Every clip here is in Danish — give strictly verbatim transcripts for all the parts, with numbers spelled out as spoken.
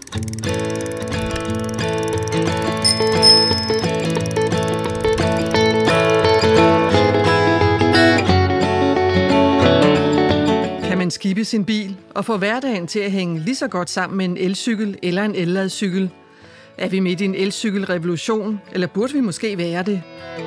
Kan man skippe sin bil og få hverdagen til at hænge lige så godt sammen med en elcykel eller en elladcykel? Er vi midt i en elcykelrevolution, eller burde vi måske være det?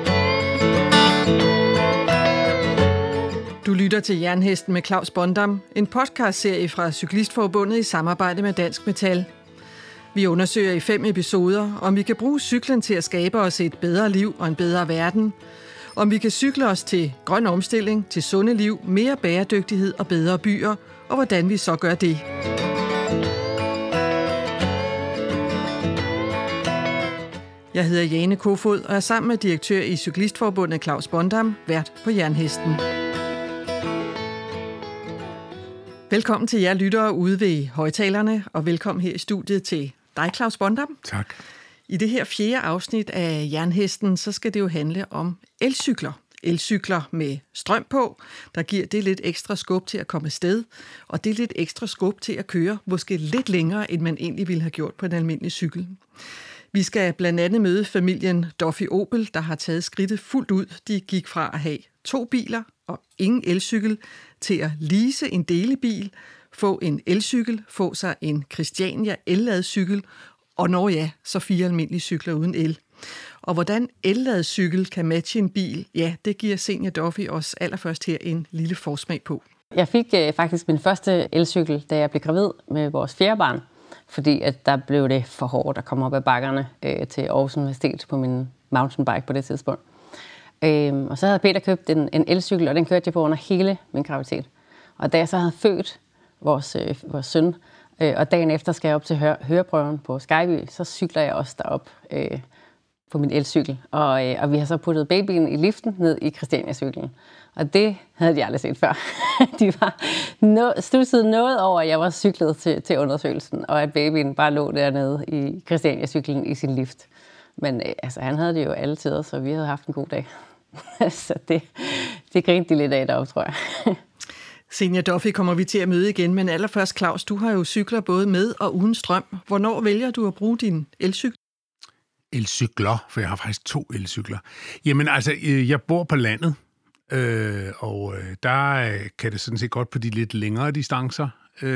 Du lytter til Jernhesten med Claus Bondam, en podcastserie fra Cyklistforbundet i samarbejde med Dansk Metal. Vi undersøger i fem episoder, om vi kan bruge cyklen til at skabe os et bedre liv og en bedre verden. Om vi kan cykle os til grøn omstilling, til sunde liv, mere bæredygtighed og bedre byer, og hvordan vi så gør det. Jeg hedder Jane Kofod og er sammen med direktør i Cyklistforbundet Claus Bondam, vært på Jernhesten. Velkommen til jer lyttere ude ved højtalerne, og velkommen her i studiet til dig, Claus Bondam. Tak. I det her fjerde afsnit af Jernhesten, så skal det jo handle om elcykler. Elcykler med strøm på, der giver det lidt ekstra skub til at komme afsted, og det er lidt ekstra skub til at køre, måske lidt længere, end man egentlig ville have gjort på en almindelig cykel. Vi skal blandt andet møde familien Duffy Opel, der har taget skridtet fuldt ud. De gik fra at have to biler og ingen elcykel til at lease en delebil, få en elcykel, få sig en Christiania elladcykel, og når ja, så fire almindelige cykler uden el. Og hvordan elladcykel kan matche en bil, ja, det giver Senior Duffy os allerførst her en lille forsmag på. Jeg fik øh, faktisk min første elcykel, da jeg blev gravid med vores fjerde barn, fordi at der blev det for hårdt at komme op ad bakkerne øh, til Aarhus Universitet på min mountainbike på det tidspunkt. Øh, og så havde Peter købt en, en elcykel, og den kørte jeg på under hele min graviditet. Og da jeg så havde født vores, øh, vores søn, øh, og dagen efter skal jeg op til høre, høreprøven på Skyby, så cykler jeg også derop øh, på min elcykel. Og, øh, og vi har så puttet babyen i liften ned i Christiania-cyklen. Og det havde de aldrig set før. De var no, studsede noget over, at jeg var cyklet til, til undersøgelsen, og at babyen bare lå dernede i Christiania-cyklen i sin lift. Men øh, altså, han havde det jo alle tider, så vi havde haft en god dag. Så det, det grinte de lidt af deroppe, tror jeg. Senior Duffy kommer vi til at møde igen, men allerførst, Claus, du har jo cykler både med og uden strøm. Hvornår vælger du at bruge din elcykel? Elcykler, for jeg har faktisk to elcykler. Jamen altså, jeg bor på landet, øh, og der kan det sådan set godt på de lidt længere distancer,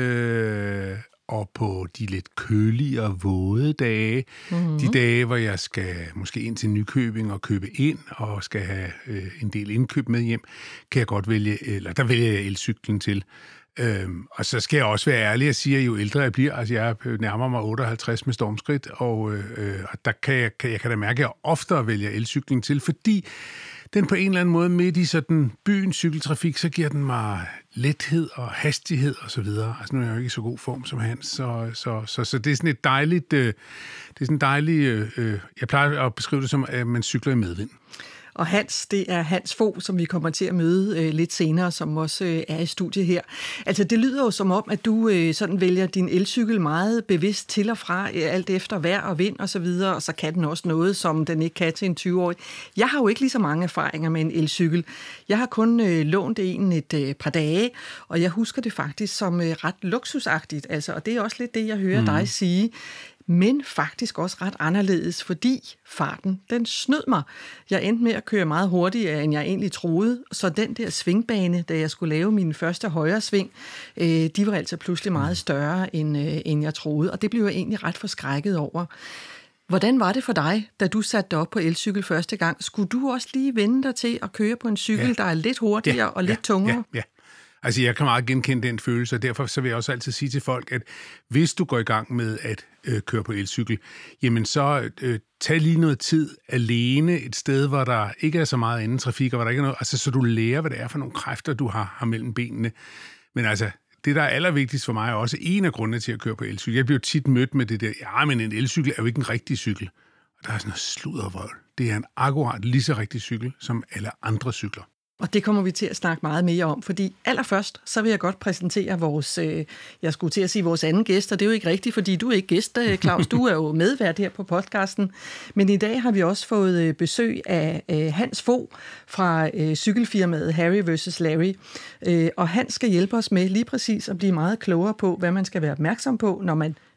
øh, og på de lidt kølige og våde dage, mm-hmm. de dage, hvor jeg skal måske ind til Nykøbing og købe ind, og skal have øh, en del indkøb med hjem, kan jeg godt vælge, eller der vælger jeg elcyklen til. Øhm, og så skal jeg også være ærlig og sige, at jo ældre jeg bliver, altså jeg nærmer mig otteoghalvtreds med stormskridt, og, øh, og der kan jeg, kan, jeg kan da mærke, at jeg oftere vælger elcyklen til, fordi den på en eller anden måde midt i sådan byens cykeltrafik, så giver den mig lethed og hastighed og så videre. Altså nu er jeg jo ikke i så god form som Hans, så, så, så, så det er sådan et dejligt, øh, det er sådan dejligt, øh, jeg plejer at beskrive det som, at man cykler i medvind. Og Hans, det er Hans Fogh, som vi kommer til at møde øh, lidt senere, som også øh, er i studiet her. Altså, det lyder jo som om, at du øh, sådan vælger din elcykel meget bevidst til og fra, øh, alt efter vejr og vind og så videre, og så kan den også noget, som den ikke kan til en tyve-årig. Jeg har jo ikke lige så mange erfaringer med en elcykel. Jeg har kun øh, lånt en et øh, par dage, og jeg husker det faktisk som øh, ret luksusagtigt. Altså, og det er også lidt det, jeg hører mm. dig sige. Men faktisk også ret anderledes, fordi farten, den snød mig. Jeg endte med at køre meget hurtigere, end jeg egentlig troede, så den der svingbane, da jeg skulle lave min første højre sving, øh, de var altså pludselig meget større, end, øh, end jeg troede, og det blev jeg egentlig ret forskrækket over. Hvordan var det for dig, da du satte dig op på elcykel første gang? Skulle du også lige vende dig til at køre på en cykel, ja. der er lidt hurtigere ja, og lidt ja, tungere? Ja, ja. Altså, jeg kan meget genkende den følelse, og derfor så vil jeg også altid sige til folk, at hvis du går i gang med at øh, køre på elcykel, jamen så øh, tag lige noget tid alene et sted, hvor der ikke er så meget anden trafik, og hvor der ikke er noget, altså så du lærer, hvad det er for nogle kræfter, du har, har mellem benene. Men altså, det, der er allervigtigst for mig, er også en af grundene til at køre på elcykel. Jeg bliver tit mødt med det der, ja, men en elcykel er jo ikke en rigtig cykel. Og der er sådan noget sluddervrøvl. Det er en akkurat lige så rigtig cykel, som alle andre cykler. Og det kommer vi til at snakke meget mere om, fordi allerførst, så vil jeg godt præsentere vores, øh, jeg skulle til at sige vores anden gæst, og det er jo ikke rigtigt, fordi du er ikke gæst, Claus, du er jo medvært her på podcasten. Men i dag har vi også fået besøg af øh, Hans Fogh fra øh, cykelfirmaet Harry versus. Larry, øh, og Hans skal hjælpe os med lige præcis at blive meget klogere på, hvad man skal være opmærksom på, når man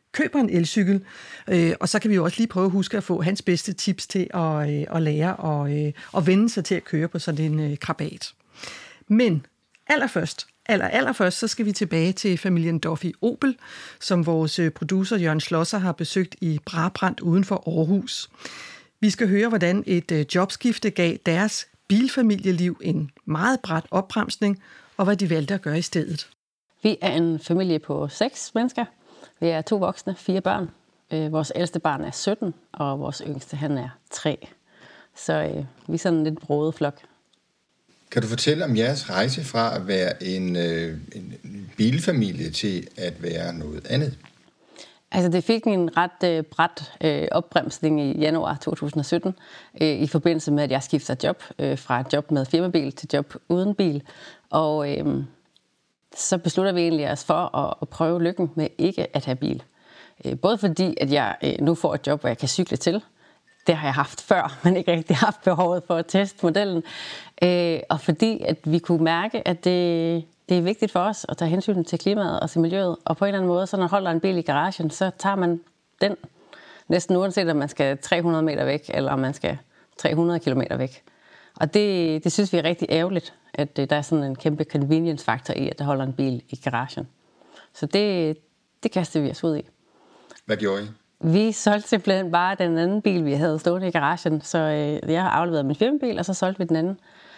køber en elcykel, øh, og så kan vi jo også lige prøve at huske at få hans bedste tips til at, øh, at lære og øh, at vende sig til at køre på sådan en øh, Krabat. Men allerførst, aller, allerførst, så skal vi tilbage til familien Duffy Opel, som vores producer Jørgen Schlosser har besøgt i Brabrand uden for Aarhus. Vi skal høre, hvordan et øh, jobskifte gav deres bilfamilieliv en meget brat opbremsning, og hvad de valgte at gøre i stedet. Vi er en familie på seks mennesker. Vi er to voksne, fire børn. Øh, vores ældste barn er sytten, og vores yngste han er tre. Så øh, vi er sådan en lidt broget flok. Kan du fortælle om jeres rejse fra at være en, øh, en bilfamilie til at være noget andet? Altså det fik en ret øh, brat øh, opbremsning i januar to tusind og sytten, øh, i forbindelse med, at jeg skifter job øh, fra et job med firmabil til job uden bil. Og øh, så beslutter vi egentlig os for at, at prøve lykken med ikke at have bil. Øh, både fordi, at jeg øh, nu får et job, hvor jeg kan cykle til. Det har jeg haft før, men ikke rigtig haft behovet for at teste modellen. Øh, og fordi, at vi kunne mærke, at det, det er vigtigt for os at tage hensyn til klimaet og til miljøet. Og på en eller anden måde, så når man holder en bil i garagen, så tager man den næsten uanset, om man skal tre hundrede meter væk, eller om man skal tre hundrede kilometer væk. Og det, det synes vi er rigtig ærgerligt, at der er sådan en kæmpe convenience-faktor i, at der holder en bil i garagen. Så det, det kastede vi os ud i. Hvad gjorde I? Vi solgte simpelthen bare den anden bil, vi havde stående i garagen. Så øh, jeg har afleveret min firmabil, og så solgte vi den anden.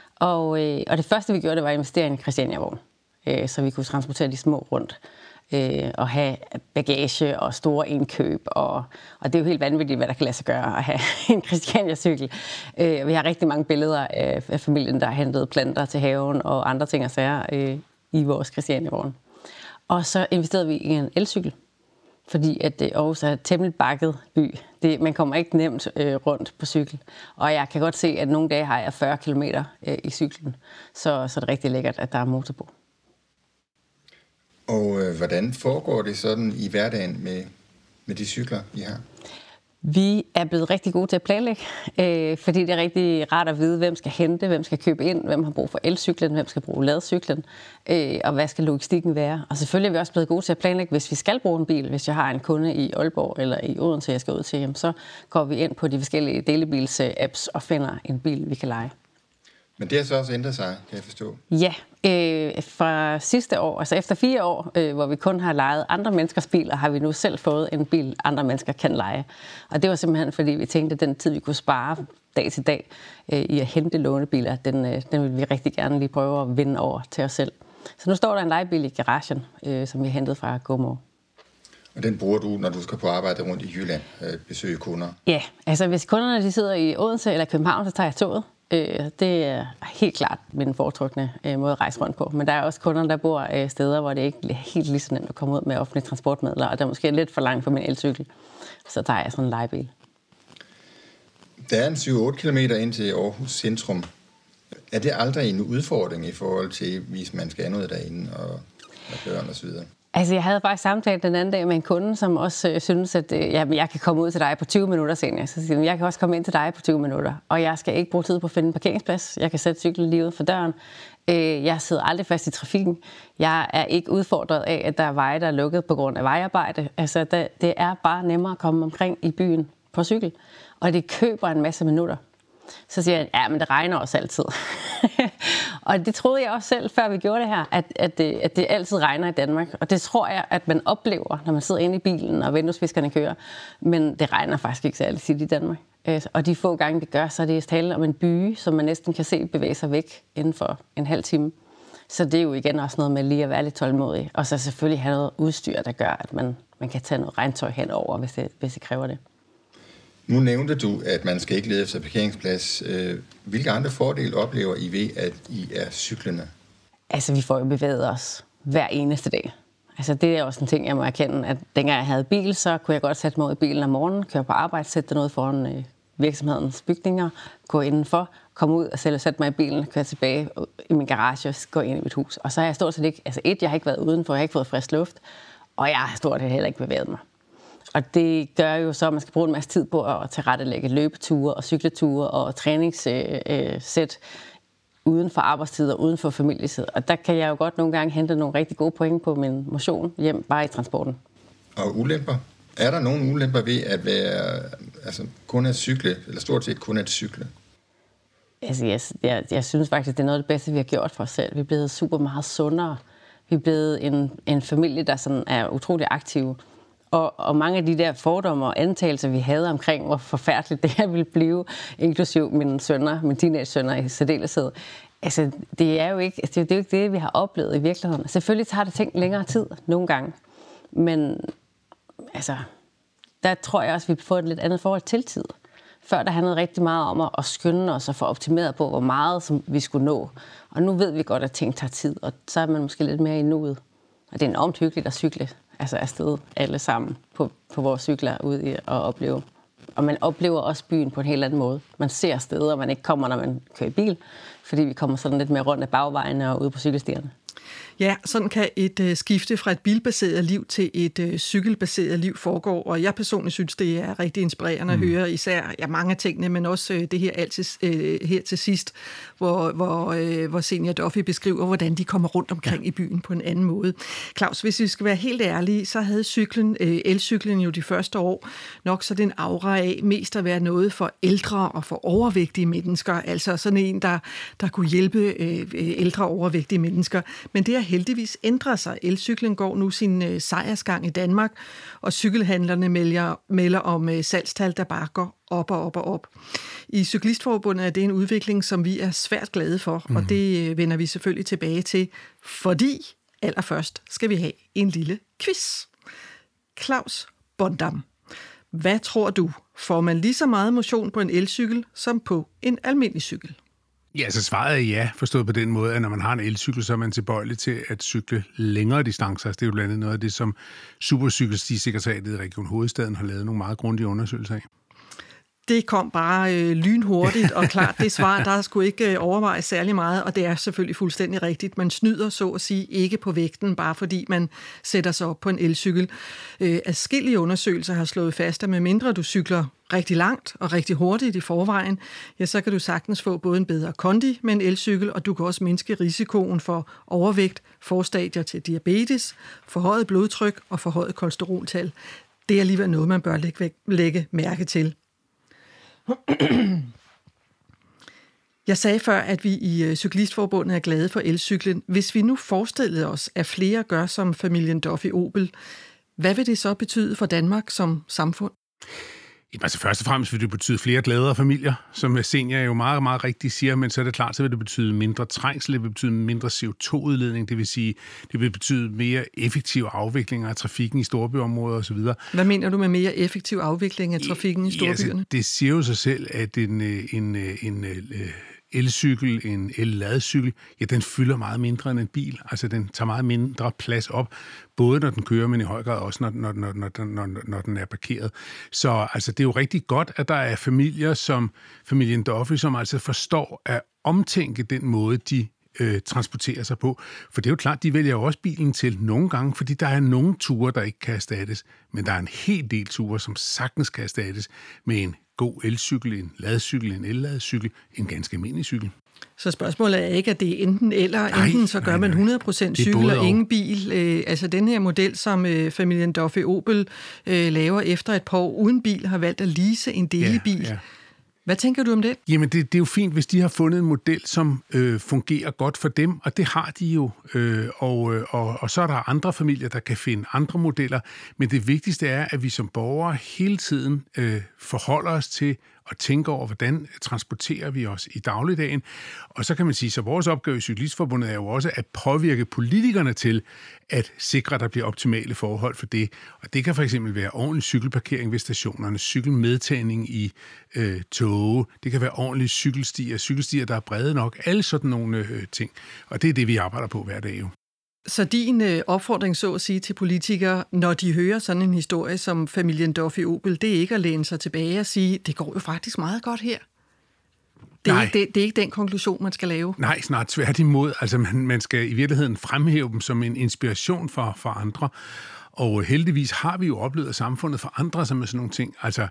Og, øh, og det første, vi gjorde, det var at investere i en Christiania-vogn, øh, så vi kunne transportere de små rundt. Øh, og have bagage og store indkøb. Og, og det er jo helt vanvittigt, hvad der kan lade sig gøre at have en Christiania-cykel. Øh, vi har rigtig mange billeder af, af familien, der har hentet planter til haven og andre ting og sager øh, i vores Christiania-vogn. Og så investerede vi i en elcykel. Fordi at det også er et temmelig bakket by. Det, man kommer ikke nemt øh, rundt på cykel. Og jeg kan godt se, at nogle dage har jeg fyrre kilometer øh, i cyklen. Så, så er det rigtig lækkert, at der er motor på. Og øh, hvordan foregår det sådan i hverdagen med, med de cykler, I har? Vi er blevet rigtig gode til at planlægge, øh, fordi det er rigtig rart at vide, hvem skal hente, hvem skal købe ind, hvem har brug for elcyklen, hvem skal bruge ladcyklen, øh, og hvad skal logistikken være. Og selvfølgelig er vi også blevet gode til at planlægge, hvis vi skal bruge en bil. Hvis jeg har en kunde i Aalborg eller i Odense, jeg skal ud til, jamen, så går vi ind på de forskellige delebils-apps og finder en bil, vi kan leje. Men det har så også ændret sig, kan jeg forstå? Ja, øh, fra sidste år, altså efter fire år, øh, hvor vi kun har lejet andre menneskers biler, har vi nu selv fået en bil, andre mennesker kan leje. Og det var simpelthen, fordi vi tænkte, at den tid, vi kunne spare dag til dag øh, i at hente lånebiler, den, øh, den vil vi rigtig gerne lige prøve at vinde over til os selv. Så nu står der en lejebil i garagen, øh, som vi har hentet fra GoMore. Og den bruger du, når du skal på arbejde rundt i Jylland, øh, besøge kunder? Ja, altså hvis kunderne de sidder i Odense eller København, så tager jeg toget. Det er helt klart min foretrukne måde at rejse rundt på. Men der er også kunder, der bor steder, hvor det ikke er helt lige så nemt at komme ud med offentlige transportmidler, og der er måske lidt for langt for min elcykel. Så der er jeg sådan en lejebil. Der er en syv otte kilometer ind til Aarhus centrum. Er det aldrig en udfordring i forhold til, hvis man skal have noget derinde og, og børn og så videre? Altså, jeg havde faktisk samtalt den anden dag med en kunde, som også øh, synes, at øh, jamen, jeg kan komme ud til dig på tyve minutter senere. Så siger jeg, jeg kan også komme ind til dig på tyve minutter, og jeg skal ikke bruge tid på at finde en parkeringsplads. Jeg kan sætte cyklen lige ud for døren. Øh, jeg sidder aldrig fast i trafikken. Jeg er ikke udfordret af, at der er veje, der er lukket på grund af vejarbejde. Altså, der, det er bare nemmere at komme omkring i byen på cykel, og det køber en masse minutter. Så siger jeg, ja, men det regner også altid. Og det troede jeg også selv, før vi gjorde det her, at, at, det, at det altid regner i Danmark. Og det tror jeg, at man oplever, når man sidder inde i bilen, og vinduesviskerne kører. Men det regner faktisk ikke særlig tit i Danmark. Og de få gange, det gør, så er det tale om en by, som man næsten kan se bevæge sig væk inden for en halv time. Så det er jo igen også noget med lige at være lidt tålmodig. Og så selvfølgelig have noget udstyr, der gør, at man, man kan tage noget regntøj henover, hvis det, hvis det kræver det. Nu nævnte du, at man skal ikke lede efter parkeringsplads. Hvilke andre fordele oplever I ved, at I er cyklende? Altså, vi får jo bevæget os hver eneste dag. Altså, det er også en ting, jeg må erkende, at dengang jeg havde bil, så kunne jeg godt sætte mig ud i bilen om morgenen, køre på arbejde, sætte noget foran øh, virksomhedens bygninger, gå indenfor, komme ud og selv sætte mig i bilen, køre tilbage i min garage og gå ind i mit hus. Og så har jeg stort set ikke, altså et, jeg har ikke været udenfor, jeg har ikke fået frisk luft, og jeg har stort set heller ikke bevæget mig. Og det gør jo så, at man skal bruge en masse tid på at tilrettelægge løbeture og cykleture og træningssæt uden for arbejdstid og uden for familietid. Og der kan jeg jo godt nogle gange hente nogle rigtig gode point på min motion hjem bare i transporten. Og ulemper? Er der nogen ulemper ved at være, altså kun at cykle, eller stort set kun at cykle? Altså, jeg, jeg, jeg synes faktisk, det er noget af det bedste, vi har gjort for os selv. Vi er blevet super meget sundere. Vi er blevet en, en familie, der sådan er utrolig aktiv. Og, og mange af de der fordomme og antagelser, vi havde omkring, hvor forfærdeligt det her ville blive, inklusiv mine sønner, mine teenage-sønner i særdeleshed, altså, det er jo ikke det, er, det, er jo ikke det, vi har oplevet i virkeligheden. Selvfølgelig tager det ting længere tid nogle gange, men altså, der tror jeg også, vi får et lidt andet forhold til tid. Før der handlede rigtig meget om at skynde os og få optimeret på, hvor meget som vi skulle nå. Og nu ved vi godt, at ting tager tid, og så er man måske lidt mere i nuet. Og det er enormt hyggeligt at cykle, altså afsted alle sammen på, på vores cykler ude i og opleve. Og man oplever også byen på en helt anden måde. Man ser steder, man ikke kommer, når man kører i bil, fordi vi kommer sådan lidt mere rundt af bagvejene og ude på cykelstierne. Ja, sådan kan et øh, skifte fra et bilbaseret liv til et øh, cykelbaseret liv foregå, og jeg personligt synes, det er rigtig inspirerende mm. at høre, især ja, mange af tingene, men også øh, det her altid øh, her til sidst, hvor, hvor, øh, hvor Senior Duffy beskriver, hvordan de kommer rundt omkring ja. i byen på en anden måde. Claus, hvis vi skal være helt ærlige, så havde cyklen, øh, elcyklen jo de første år nok så den aura af mest at være noget for ældre og for overvægtige mennesker, altså sådan en, der, der kunne hjælpe øh, ældre overvægtige mennesker, men det har heldigvis ændret sig. Elcyklen går nu sin øh, sejrsgang i Danmark, og cykelhandlerne melder, melder om øh, salgstal, der bare går op og op og op. I Cyklistforbundet er det en udvikling, som vi er svært glade for, mm. og det øh, vender vi selvfølgelig tilbage til, fordi allerførst skal vi have en lille quiz. Claus Bondam, hvad tror du? Får man lige så meget motion på en elcykel som på en almindelig cykel? Ja, så svaret er ja, forstået på den måde, at når man har en elcykel, så er man tilbøjelig til at cykle længere distancer. Det er jo blandt andet noget af det, som Supercykelstisekretariatet i Region Hovedstaden har lavet nogle meget grundige undersøgelser af. Det kom bare øh, lynhurtigt, og klart, det svar, der skulle ikke øh, overvejes særlig meget, og det er selvfølgelig fuldstændig rigtigt. Man snyder, så at sige, ikke på vægten, bare fordi man sætter sig op på en elcykel. Øh, adskillige undersøgelser har slået fast, at medmindre du cykler rigtig langt og rigtig hurtigt i forvejen, ja, så kan du sagtens få både en bedre kondi med en elcykel, og du kan også mindske risikoen for overvægt, forstadier til diabetes, forhøjet blodtryk og forhøjet kolesteroltal. Det er alligevel noget, man bør lægge, lægge mærke til. Jeg sagde før, at vi i Cyklistforbundet er glade for elcyklen. Hvis vi nu forestillede os, at flere gør som familien Duffy Opel, hvad vil det så betyde for Danmark som samfund? Jamen, altså først og fremmest vil det betyde flere gladere familier, som Senior jo meget, meget rigtigt siger, men så er det klart, så vil det betyde mindre trængsel, det vil betyde mindre C O to udledning, det vil sige, det vil betyde mere effektiv afvikling af trafikken i storbyområder osv. Hvad mener du med mere effektiv afvikling af trafikken i storbyerne? Ja, altså, det siger jo sig selv, at en, en, en, en elcykel, en el-ladcykel, ja, den fylder meget mindre end en bil. Altså, den tager meget mindre plads op, både når den kører, men i høj grad også, når, når, når, når, når, når den er parkeret. Så altså, det er jo rigtig godt, at der er familier som familien Duffy, som altså forstår at omtænke den måde, de øh, transporterer sig på. For det er jo klart, de vælger jo også bilen til nogle gange, fordi der er nogle ture, der ikke kan erstattes, men der er en hel del ture, som sagtens kan erstattes med en god elcykel, en ladcykel, en el-ladcykel, en ganske almindelig cykel. Så spørgsmålet er ikke, at det er enten eller, nej, enten så gør nej, nej. man hundrede procent cykel og ingen bil. Øh, altså den her model, som øh, familien Duffy Opel øh, laver efter et par år uden bil, har valgt at lease en delebil. Ja, ja. Hvad tænker du om det? Jamen, det, det er jo fint, hvis de har fundet en model, som øh, fungerer godt for dem, og det har de jo. Øh, og, og, og så er der andre familier, der kan finde andre modeller. Men det vigtigste er, at vi som borgere hele tiden øh, forholder os til og tænker over, hvordan transporterer vi os i dagligdagen. Og så kan man sige, så vores opgave i Cyklistforbundet er jo også at påvirke politikerne til at sikre, at der bliver optimale forhold for det. Og det kan for eksempel være ordentlig cykelparkering ved stationerne, cykelmedtagning i øh, toge, det kan være ordentlige cykelstier, cykelstier, der er brede nok, alle sådan nogle øh, ting. Og det er det, vi arbejder på hver dag jo. Så din øh, opfordring, så at sige, til politikere, når de hører sådan en historie som familien Duffy Opel, det er ikke at læne sig tilbage og sige, det går jo faktisk meget godt her. Det er, ikke, det, det er ikke den konklusion, man skal lave. Nej, snart tværtimod. Altså, man, man skal i virkeligheden fremhæve dem som en inspiration for, for andre. Og heldigvis har vi jo oplevet, at samfundet forandrer sig med sådan nogle ting. Altså,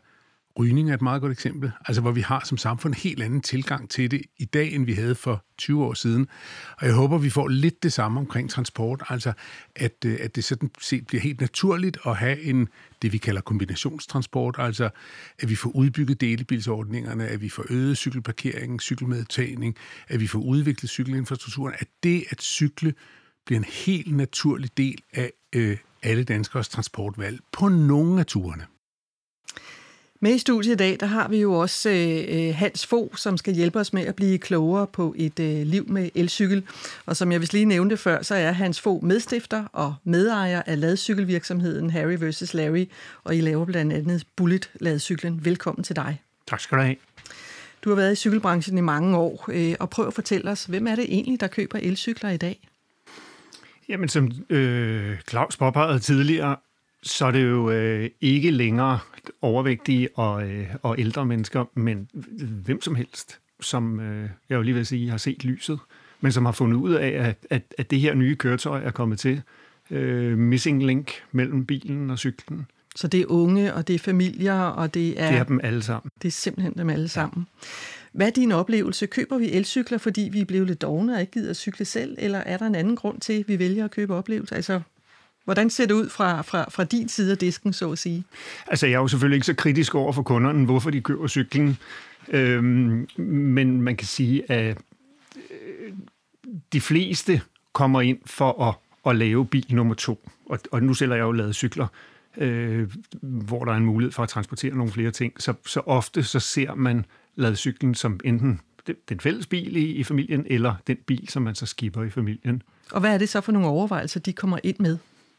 Rygning er et meget godt eksempel, altså hvor vi har som samfund en helt anden tilgang til det i dag, end vi havde for tyve år siden. Og jeg håber, vi får lidt det samme omkring transport, altså at, at det sådan set bliver helt naturligt at have en, det vi kalder kombinationstransport, altså at vi får udbygget delebilsordningerne, at vi får øget cykelparkering, cykelmedtagning, at vi får udviklet cykelinfrastrukturen, at det at cykle bliver en helt naturlig del af øh, alle danskers transportvalg på nogle af turene. Med i studiet i dag, der har vi jo også øh, Hans Fogh, som skal hjælpe os med at blive klogere på et øh, liv med elcykel. Og som jeg vist lige nævnte før, så er Hans Fogh medstifter og medejer af ladcykelvirksomheden Harry versus. Larry, og I laver blandt andet Bullet-ladcyklen. Velkommen til dig. Tak skal du have. Du har været i cykelbranchen i mange år, øh, og prøv at fortælle os, hvem er det egentlig, der køber elcykler i dag? Jamen, som øh, Claus påpegede tidligere, så er det jo øh, ikke længere overvægtige og, øh, og ældre mennesker, men hvem som helst, som øh, jeg jo lige vil sige, har set lyset, men som har fundet ud af, at, at, at det her nye køretøj er kommet til. Øh, missing link mellem bilen og cyklen. Så det er unge, og det er familier, og det er... Det er dem alle sammen. Det er simpelthen dem alle sammen. Hvad er din oplevelse? Køber vi elcykler, fordi vi er blevet lidt dovne og ikke gider at cykle selv, eller er der en anden grund til, at vi vælger at købe oplevelser? Altså, hvordan ser det ud fra, fra, fra din side af disken, så at sige? Altså, jeg er jo selvfølgelig ikke så kritisk over for kunderne, hvorfor de køber cyklen. Øhm, men man kan sige, at øh, de fleste kommer ind for at, at lave bil nummer to. Og, og nu sælger jeg jo lavet cykler, øh, hvor der er en mulighed for at transportere nogle flere ting. Så, så ofte så ser man lavet cyklen som enten den fælles bil i, i familien, eller den bil, som man så skipper i familien. Og hvad er det så for nogle overvejelser, de kommer ind med?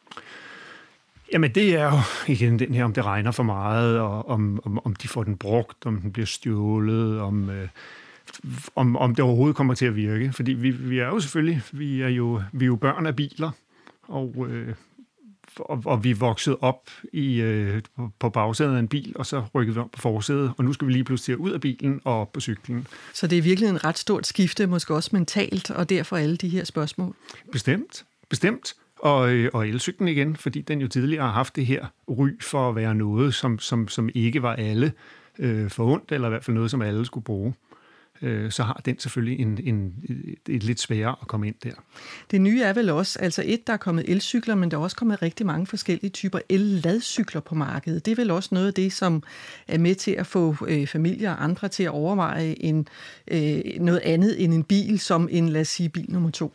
Jamen, det er jo igen den her, om det regner for meget, og om, om, om de får den brugt, om den bliver stjålet, om, øh, om, om det overhovedet kommer til at virke. Fordi vi, vi er jo selvfølgelig, vi er jo, vi er jo børn af biler, og, øh, og, og vi er vokset op i, øh, på bagsædet af en bil, og så rykkede vi om på forsædet, og nu skal vi lige pludselig ud af bilen og op på cyklen. Så det er virkelig en ret stort skifte, måske også mentalt, og derfor alle de her spørgsmål? Bestemt, bestemt. Og, og elcyklen igen, fordi den jo tidligere har haft det her ry for at være noget, som, som, som ikke var alle øh, forundt, eller i hvert fald noget, som alle skulle bruge. Øh, så har den selvfølgelig en, en, et lidt sværere at komme ind der. Det nye er vel også, altså et, der er kommet elcykler, men der er også kommet rigtig mange forskellige typer el-ladcykler på markedet. Det er vel også noget af det, som er med til at få øh, familier og andre til at overveje en, øh, noget andet end en bil, som en, lad os sige, bil nummer to.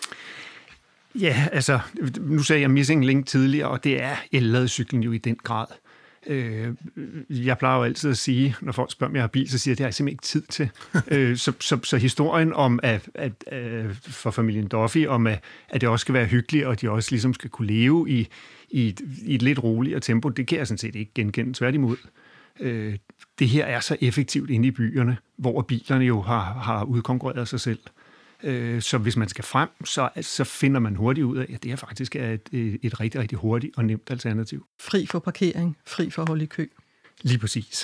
Ja, altså, nu sagde jeg missing link tidligere, og det er el-ladcyklen jo i den grad. Øh, jeg plejer jo altid at sige, når folk spørger, om jeg har bil, så siger jeg, at det har jeg simpelthen ikke tid til. øh, så, så, så historien om, at, at, at for familien Duffy, om at, at det også skal være hyggeligt, og de også ligesom skal kunne leve i, i, et, i et lidt roligere tempo, det kan jeg sådan set ikke genkende. Tværtimod. Øh, det her er så effektivt inde i byerne, hvor bilerne jo har, har udkonkurreret sig selv. Så hvis man skal frem, så, så finder man hurtigt ud af, at det her faktisk er et, et rigtig, rigtig hurtigt og nemt alternativ. Fri for parkering, fri for at holde i kø. Lige præcis.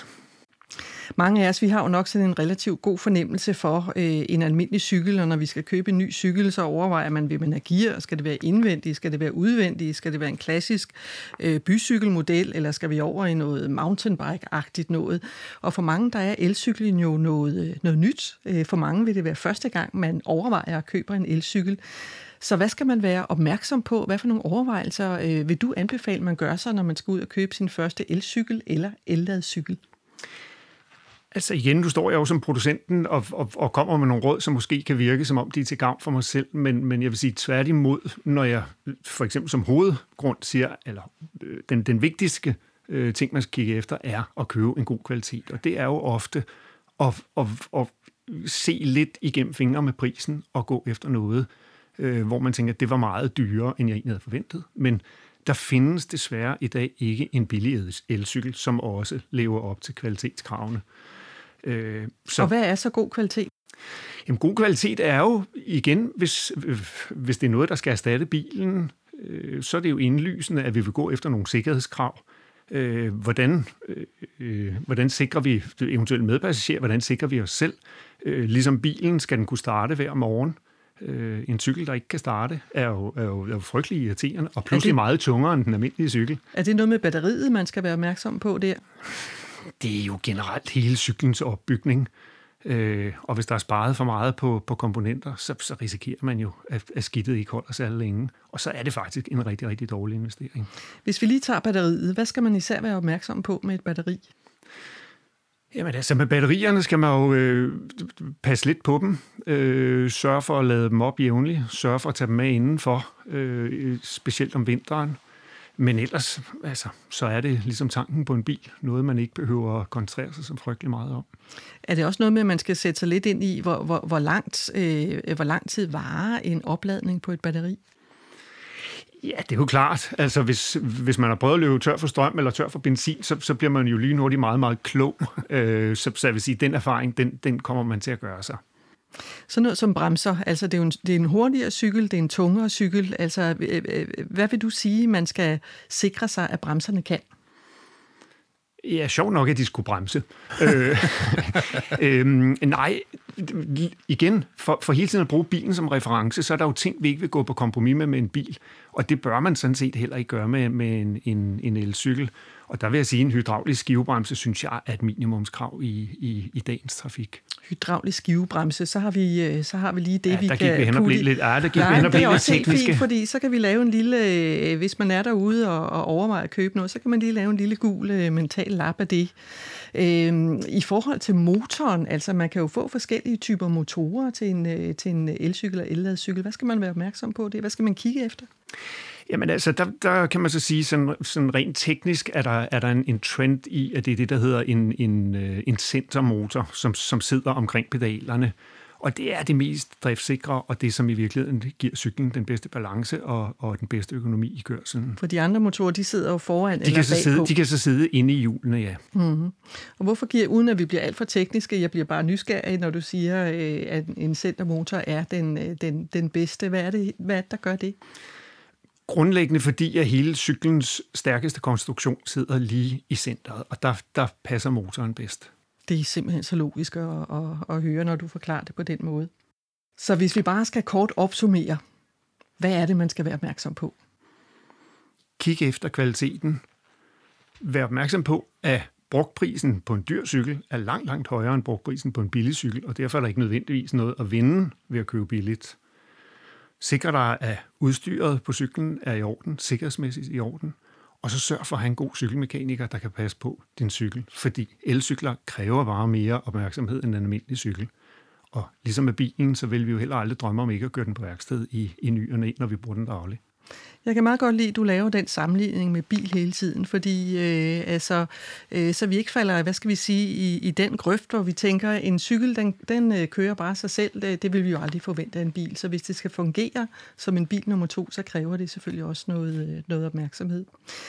Mange af os, vi har jo nok sådan en relativt god fornemmelse for øh, en almindelig cykel, og når vi skal købe en ny cykel, så overvejer man, vil man have gear? Skal det være indvendigt? Skal det være udvendigt? Skal det være en klassisk øh, bycykelmodel, eller skal vi over i noget mountainbike-agtigt noget? Og for mange, der er elcyklen jo noget, noget nyt. For mange vil det være første gang, man overvejer at købe en elcykel. Så hvad skal man være opmærksom på? Hvad for nogle overvejelser øh, vil du anbefale, man gør sig, når man skal ud og købe sin første elcykel eller el-ladcykel? Altså igen, nu står jeg jo som producenten og, og, og kommer med nogle råd, som måske kan virke, som om de er til gavn for mig selv, men, men jeg vil sige tværtimod, når jeg for eksempel som hovedgrund siger, eller øh, den, den vigtigste øh, ting, man skal kigge efter, er at købe en god kvalitet. Og det er jo ofte at, at, at se lidt igennem fingre med prisen og gå efter noget, øh, hvor man tænker, at det var meget dyrere, end jeg egentlig havde forventet. Men der findes desværre i dag ikke en billig elcykel, som også lever op til kvalitetskravene. Øh, så, og hvad er så god kvalitet? Jamen, god kvalitet er jo, igen, hvis, hvis det er noget, der skal erstatte bilen, øh, så er det jo indlysende, at vi vil gå efter nogle sikkerhedskrav. Øh, hvordan, øh, hvordan sikrer vi eventuelt medpassagerer? Hvordan sikrer vi os selv? Øh, ligesom bilen skal den kunne starte hver morgen. Øh, en cykel, der ikke kan starte, er jo, er jo, er jo frygtelig irriterende, og pludselig det, meget tungere end den almindelige cykel. Er det noget med batteriet, man skal være opmærksom på der? det er jo generelt hele cyklens opbygning. Øh, og hvis der er sparet for meget på, på komponenter, så, så risikerer man jo, at, at skidtet ikke holder særlig længe. Og så er det faktisk en rigtig, rigtig dårlig investering. Hvis vi lige tager batteriet, hvad skal man især være opmærksom på med et batteri? Jamen altså med batterierne skal man jo øh, passe lidt på dem. Øh, sørge for at lade dem op jævnligt. Sørge for at tage dem med indenfor, øh, specielt om vinteren. Men ellers, altså, så er det ligesom tanken på en bil. Noget, man ikke behøver at koncentrere sig så frygtelig meget om. Er det også noget med, at man skal sætte sig lidt ind i, hvor, hvor, hvor, langt, øh, hvor lang tid varer en opladning på et batteri? Ja, det er jo klart. Altså, hvis, hvis man har prøvet at løbe tør for strøm eller tør for benzin, så, så bliver man jo lige hurtigt meget, meget klog. øh, så, så jeg vil sige, den erfaring, den, den kommer man til at gøre sig. Sådan noget som bremser, altså det er jo en, det er en hurtigere cykel, det er en tungere cykel. Altså, hvad vil du sige, man skal sikre sig, at bremserne kan? Ja, sjovt nok, at de skulle bremse. øh, øhm, nej, igen, for, for hele tiden at bruge bilen som reference, så er der jo ting, vi ikke vil gå på kompromis med med en bil. Og det bør man sådan set heller ikke gøre med, med en, en, en elcykel. Og der vil jeg sige, at en hydraulisk skivebremse, synes jeg, er et minimumskrav i, i, i dagens trafik. Hydraulisk skivebremse, så har vi, så har vi lige det, ja, vi der kan gik vi hen og blive lidt, ja, der gik Nej, vi hen og det er blive lidt også helt tekniske. fint, fordi så kan vi lave en lille, hvis man er derude og, og overvejer at købe noget, så kan man lige lave en lille gul mental lap af det. Øhm, I forhold til motoren, altså man kan jo få forskellige typer motorer til en, til en elcykel og elladcykel. Hvad skal man være opmærksom på det? Hvad skal man kigge efter? Jamen altså, der, der kan man så sige, sådan, sådan rent teknisk er der, er der en, en trend i, at det er det, der hedder en, en, en centermotor, som, som sidder omkring pedalerne. Og det er det mest driftsikre, og det, som i virkeligheden giver cyklen den bedste balance og, og den bedste økonomi i kørselen. For de andre motorer, de sidder jo foran de eller kan så bagpå. sidde, De kan så sidde inde i hjulene, ja. Mm-hmm. Og hvorfor giver, uden at vi bliver alt for tekniske, jeg bliver bare nysgerrig, når du siger, at en centermotor er den, den, den bedste. Hvad er, det, hvad er det, der gør det? Grundlæggende fordi, at hele cyklens stærkeste konstruktion sidder lige i centret, og der, der passer motoren bedst. Det er simpelthen så logisk at, at, at høre, når du forklarer det på den måde. Så hvis vi bare skal kort opsummere, hvad er det, man skal være opmærksom på? Kig efter kvaliteten. Vær opmærksom på, at brugtprisen på en dyr cykel er langt, langt højere end brugtprisen på en billig cykel, og derfor er der ikke nødvendigvis noget at vinde ved at købe billigt. Sikre dig, at udstyret på cyklen er i orden, sikkerhedsmæssigt i orden, og så sørg for at have en god cykelmekaniker, der kan passe på din cykel, fordi elcykler kræver bare mere opmærksomhed end en almindelig cykel. Og ligesom med bilen, så vil vi jo heller aldrig drømme om ikke at køre den på værksted i, i ny og næ, når vi bruger den dagligt. Jeg kan meget godt lide, at du laver den sammenligning med bil hele tiden, fordi øh, altså, øh, så vi ikke falder, hvad skal vi sige, i, i den grøft, hvor vi tænker, at en cykel, den, den øh, kører bare sig selv. Det, det vil vi jo aldrig forvente af en bil. Så hvis det skal fungere som en bil nummer to, så kræver det selvfølgelig også noget, noget opmærksomhed.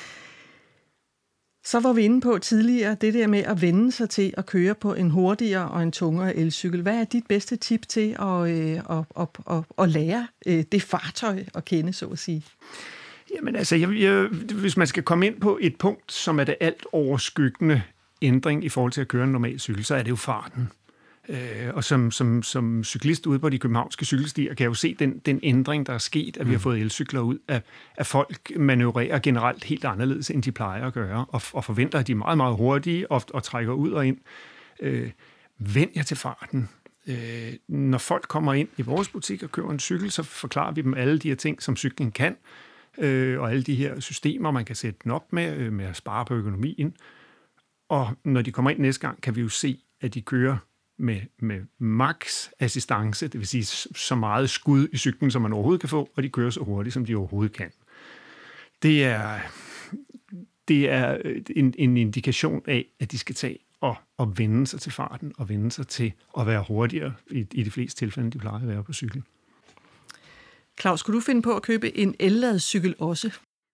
Så var vi inde på tidligere det der med at vende sig til at køre på en hurtigere og en tungere elcykel. Hvad er dit bedste tip til at, øh, at, at, at, at lære øh, det fartøj at kende, så at sige? Jamen altså, jeg, jeg, hvis man skal komme ind på et punkt, som er det alt overskyggende ændring i forhold til at køre en normal cykel, så er det jo farten. Øh, og som, som, som cyklist ude på de københavnske cykelstier, kan jeg jo se den, den ændring, der er sket, at vi har fået elcykler ud, at, at folk manøvrerer generelt helt anderledes, end de plejer at gøre, og, og forventer, at de er meget, meget hurtige og, og trækker ud og ind. Øh, vend jer til farten. Øh, når folk kommer ind i vores butik og køber en cykel, så forklarer vi dem alle de her ting, som cyklen kan, øh, og alle de her systemer, man kan sætte den op med, øh, med at spare på økonomien. Og når de kommer ind næste gang, kan vi jo se, at de kører med, med max assistance, det vil sige så meget skud i cyklen, som man overhovedet kan få, og de kører så hurtigt, som de overhovedet kan. Det er, det er en, en indikation af, at de skal tage og, og vende sig til farten, og vende sig til at være hurtigere i, i de fleste tilfælde, de plejer at være på cykel. Claus, skulle du finde på at købe en elladcykel også?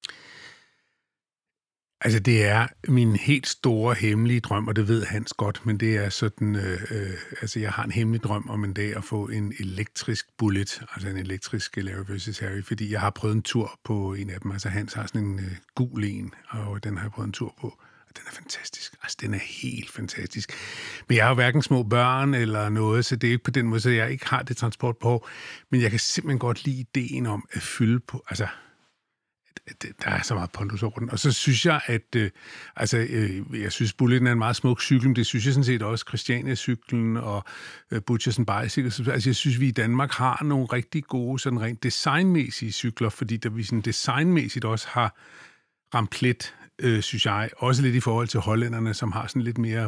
Altså, det er min helt store hemmelige drøm, og det ved Hans godt, men det er sådan, øh, øh, altså jeg har en hemmelig drøm om en dag at få en elektrisk Bullet, altså en elektrisk Larry versus. Harry, fordi jeg har prøvet en tur på en af dem. Altså Hans har sådan en øh, gul en, og den har jeg prøvet en tur på, og den er fantastisk. Altså, den er helt fantastisk. Men jeg har jo hverken små børn eller noget, så det er ikke på den måde, så jeg ikke har det transportbehov, men jeg kan simpelthen godt lide ideen om at fylde på, altså der er så meget pondus over den. Og så synes jeg, at øh, altså, øh, jeg synes, Bulleten er en meget smuk cykel, men det synes jeg sådan set også Christiania-cyklen og øh, Butchers and Bicycles. Altså, jeg synes, vi i Danmark har nogle rigtig gode, sådan rent designmæssige cykler, fordi der vi sådan designmæssigt også har ramt plet, øh, synes jeg, også lidt i forhold til hollænderne, som har sådan lidt mere,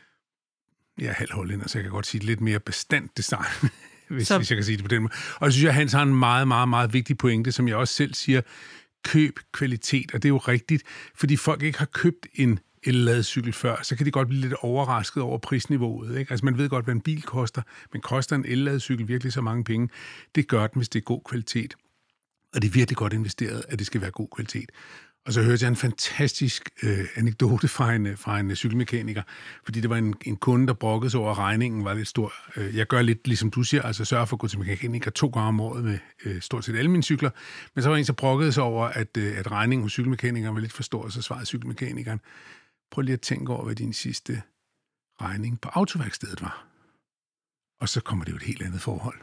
ja, halv hollænder, så jeg kan godt sige lidt mere bestandt design, hvis, hvis jeg kan sige det på den måde. Og så synes jeg, Hans har en meget, meget, meget vigtig pointe, som jeg også selv siger, køb kvalitet, og det er jo rigtigt, fordi folk ikke har købt en elladcykel før, så kan de godt blive lidt overrasket over prisniveauet. Ikke? Altså man ved godt, hvad en bil koster, men koster en elladcykel virkelig så mange penge? Det gør den, hvis det er god kvalitet. Og det er virkelig godt investeret, at det skal være god kvalitet. Og så hørte jeg en fantastisk øh, anekdote fra en, fra en cykelmekaniker, fordi det var en, en kunde, der brokkede sig over, at regningen var lidt stor. Jeg gør lidt, ligesom du siger, altså sørger for at gå til mekaniker to gange om året med øh, stort set alle mine cykler. Men så var en, der brokkede sig over, at, øh, at regningen hos cykelmekanikeren var lidt for stor, og så svarede cykelmekanikeren, prøv lige at tænke over, hvad din sidste regning på autoværkstedet var. Og så kommer det jo et helt andet forhold.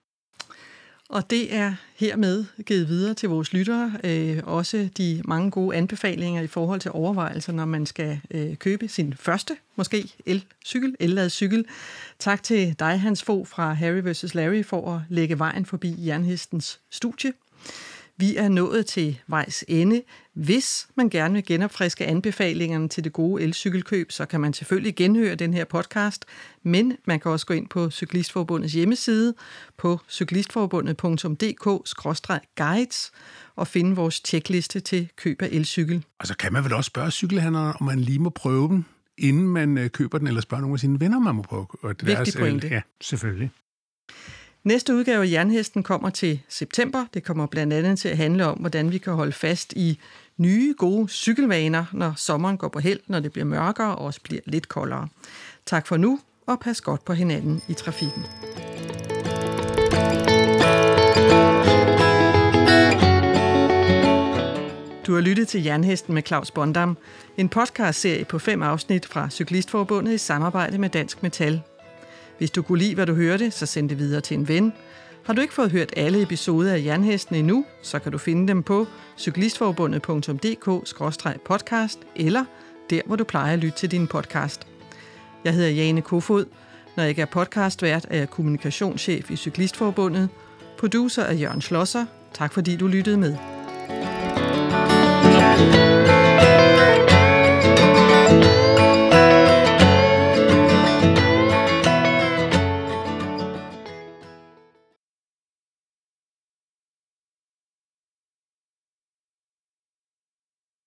Og det er hermed givet videre til vores lyttere. Øh, også de mange gode anbefalinger i forhold til overvejelser, når man skal øh, købe sin første, måske, elcykel, elladet cykel. Tak til dig, Hans Fogh fra Harry versus. Larry, for at lægge vejen forbi Jernhestens studie. Vi er nået til vejs ende. Hvis man gerne vil genopfriske anbefalingerne til det gode elcykelkøb, så kan man selvfølgelig genhøre den her podcast, men man kan også gå ind på Cyklistforbundets hjemmeside på cyklistforbundet punktum d k skråstreg guides og finde vores tjekliste til køb af elcykel. Og så kan man vel også spørge cykelhandlere, om man lige må prøve den, inden man køber den, eller spørge nogle af sine venner, man må prøve. Vigtig pointe. Ja, selvfølgelig. Næste udgave af Jernhesten kommer til september. Det kommer blandt andet til at handle om, hvordan vi kan holde fast i nye, gode cykelvaner, når sommeren går på held, når det bliver mørkere og også bliver lidt koldere. Tak for nu, og pas godt på hinanden i trafikken. Du har lyttet til Jernhesten med Claus Bondam, en podcastserie på fem afsnit fra Cyklistforbundet i samarbejde med Dansk Metal. Hvis du kunne lide, hvad du hørte, så send det videre til en ven. Har du ikke fået hørt alle episoder af Jernhesten endnu, så kan du finde dem på cyklistforbundet punktum d k skråstreg podcast eller der, hvor du plejer at lytte til din podcast. Jeg hedder Jane Kofod. Når jeg ikke er podcastvært, er jeg kommunikationschef i Cyklistforbundet. Producer er Jørgen Schlosser. Tak fordi du lyttede med.